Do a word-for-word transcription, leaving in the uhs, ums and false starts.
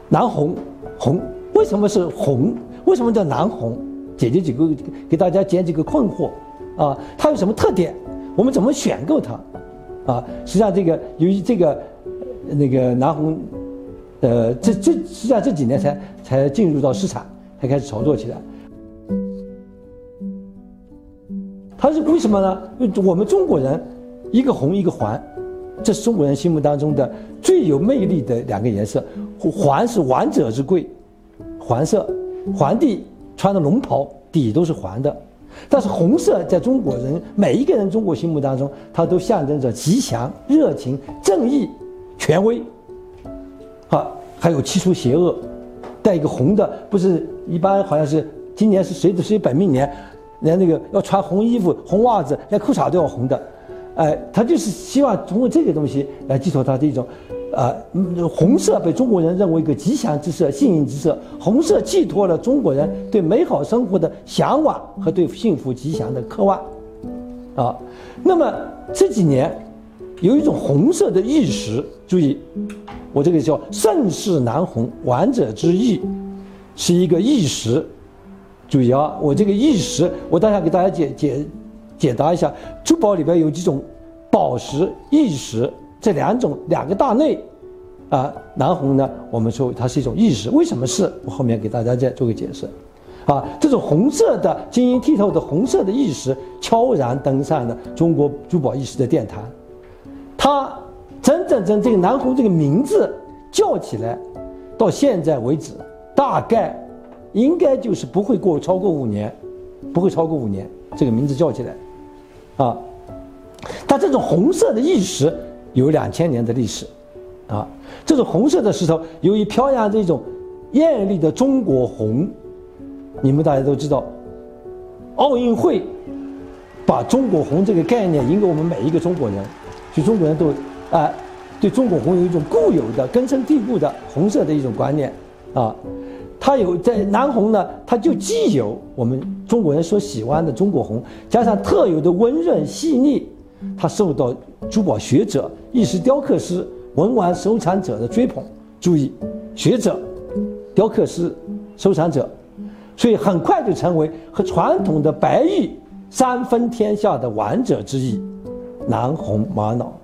南红，红为什么是红？为什么叫南红？解决几个给大家解几个困惑啊，它有什么特点？我们怎么选购它？啊，实际上这个由于这个那个南红，呃，这这实际上这几年才才进入到市场，才开始炒作起来。它是为什么呢？因为我们中国人一个红一个黄，这是中国人心目当中的最有魅力的两个颜色。黄是王者之贵，黄色，皇帝穿的龙袍底都是黄的。但是红色在中国人每一个人中国心目当中，它都象征着吉祥、热情、正义、权威，啊，还有七除邪恶。带一个红的，不是一般好像是今年是谁的谁本命年，连那个要穿红衣服、红袜子，连裤衩都要红的，哎，他就是希望通过这个东西来寄托他这种。啊、呃，红色被中国人认为一个吉祥之色、幸运之色。红色寄托了中国人对美好生活的向往和对幸福吉祥的渴望。啊，那么这几年有一种红色的意识，注意，我这个叫盛世南红，王者之意，是一个意识。注意啊，我这个意识，我等下给大家解解解答一下。珠宝里边有几种宝石、意识。这两种两个大类，啊，南红呢，我们说它是一种意识，为什么是？我后面给大家再做个解释。啊，这种红色的晶莹剔透的红色的意识，悄然登上了中国珠宝意识的殿堂。它真正真这个南红这个名字叫起来，到现在为止，大概应该就是不会过超过五年，不会超过五年，这个名字叫起来，啊，它这种红色的意识。有两千年的历史，啊，这种红色的石头，由于飘扬着一种艳丽的中国红，你们大家都知道，奥运会把中国红这个概念赢给我们每一个中国人，所以中国人都啊、呃、对中国红有一种固有的根深蒂固的红色的一种观念，啊，它有在南红呢，它就既有我们中国人所喜欢的中国红，加上特有的温润细腻。它受到珠宝学者、意识雕刻师、文玩收藏者的追捧。注意，学者、雕刻师、收藏者，所以很快就成为和传统的白玉三分天下的王者之一——南红玛瑙。